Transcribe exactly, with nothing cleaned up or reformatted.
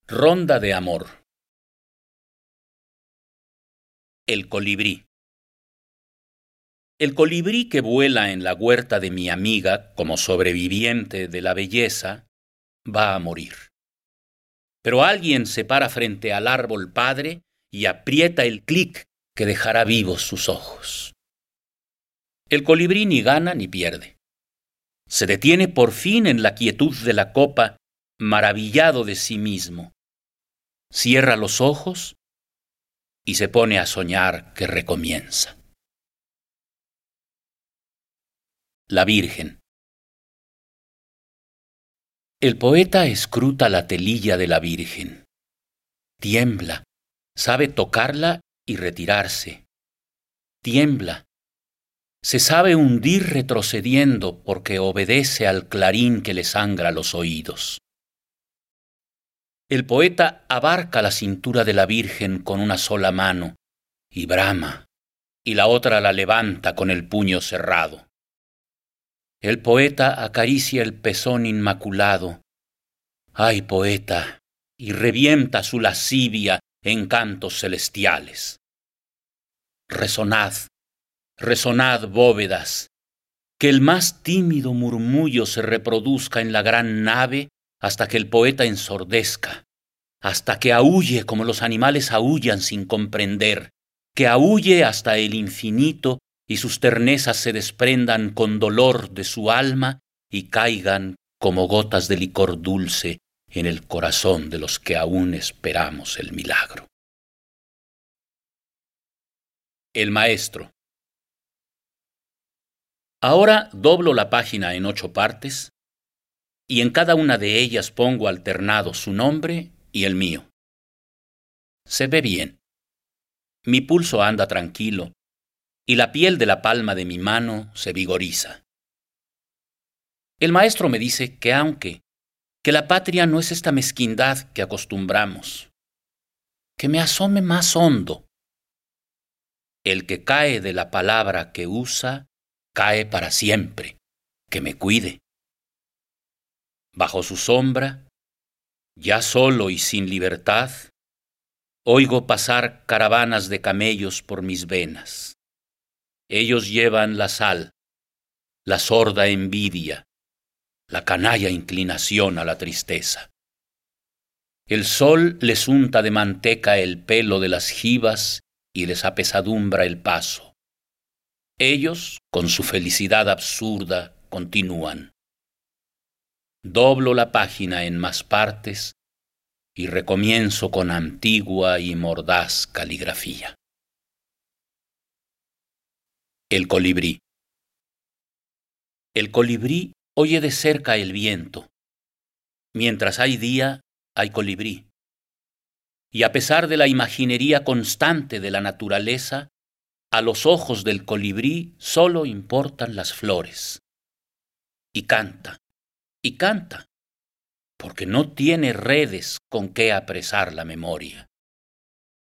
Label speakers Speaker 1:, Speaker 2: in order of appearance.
Speaker 1: Ronda de amor. El colibrí. El colibrí que vuela en la huerta de mi amiga como sobreviviente de la belleza va a morir. Pero alguien se para frente al árbol padre y aprieta el clic que dejará vivos sus ojos. El colibrí ni gana ni pierde. Se detiene por fin en la quietud de la copa, maravillado de sí mismo. Cierra los ojos y se pone a soñar que recomienza. La Virgen. El poeta escruta la telilla de la Virgen. Tiembla, sabe tocarla y retirarse. Tiembla. Se sabe hundir retrocediendo porque obedece al clarín que le sangra los oídos. El poeta abarca la cintura de la Virgen con una sola mano y brama, y la otra la levanta con el puño cerrado. El poeta acaricia el pezón inmaculado. ¡Ay, poeta! Y revienta su lascivia en cantos celestiales. Resonad, resonad, bóvedas, que el más tímido murmullo se reproduzca en la gran nave hasta que el poeta ensordezca, hasta que aúlle como los animales aúllan sin comprender, que aúlle hasta el infinito y sus ternezas se desprendan con dolor de su alma y caigan como gotas de licor dulce en el corazón de los que aún esperamos el milagro. El maestro. Ahora doblo la página en ocho partes y en cada una de ellas pongo alternado su nombre y el mío. Se ve bien. Mi pulso anda tranquilo y la piel de la palma de mi mano se vigoriza. El maestro me dice que aunque, que la patria no es esta mezquindad que acostumbramos, que me asome más hondo. El que cae de la palabra que usa, cae para siempre, que me cuide. Bajo su sombra, ya solo y sin libertad, oigo pasar caravanas de camellos por mis venas. Ellos llevan la sal, la sorda envidia, la canalla inclinación a la tristeza. El sol les unta de manteca el pelo de las jivas y les apesadumbra el paso. Ellos, con su felicidad absurda, continúan. Doblo la página en más partes y recomienzo con antigua y mordaz caligrafía. El colibrí. El colibrí oye de cerca el viento. Mientras hay día, hay colibrí. Y a pesar de la imaginería constante de la naturaleza, a los ojos del colibrí solo importan las flores. Y canta, y canta, porque no tiene redes con que apresar la memoria.